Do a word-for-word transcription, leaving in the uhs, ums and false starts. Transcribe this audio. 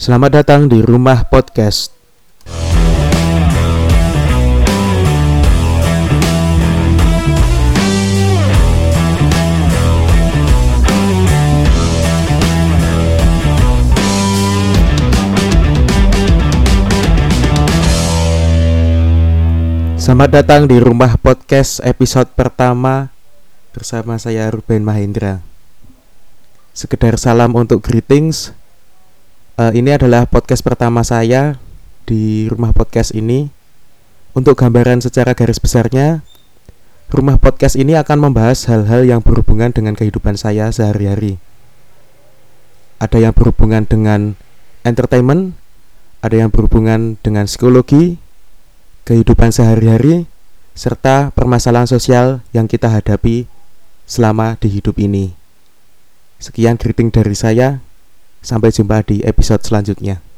Selamat datang di Rumah Podcast. Selamat datang di Rumah Podcast episode pertama bersama saya Ruben Mahendra. Sekedar salam untuk greetings. Uh, ini adalah podcast pertama saya di Rumah Podcast ini. Untuk gambaran secara garis besarnya, Rumah Podcast ini akan membahas hal-hal yang berhubungan dengan kehidupan saya sehari-hari. Ada yang berhubungan dengan entertainment, ada yang berhubungan dengan psikologi, kehidupan sehari-hari, serta permasalahan sosial yang kita hadapi selama di hidup ini. Sekian greeting dari saya. Sampai jumpa di episode selanjutnya.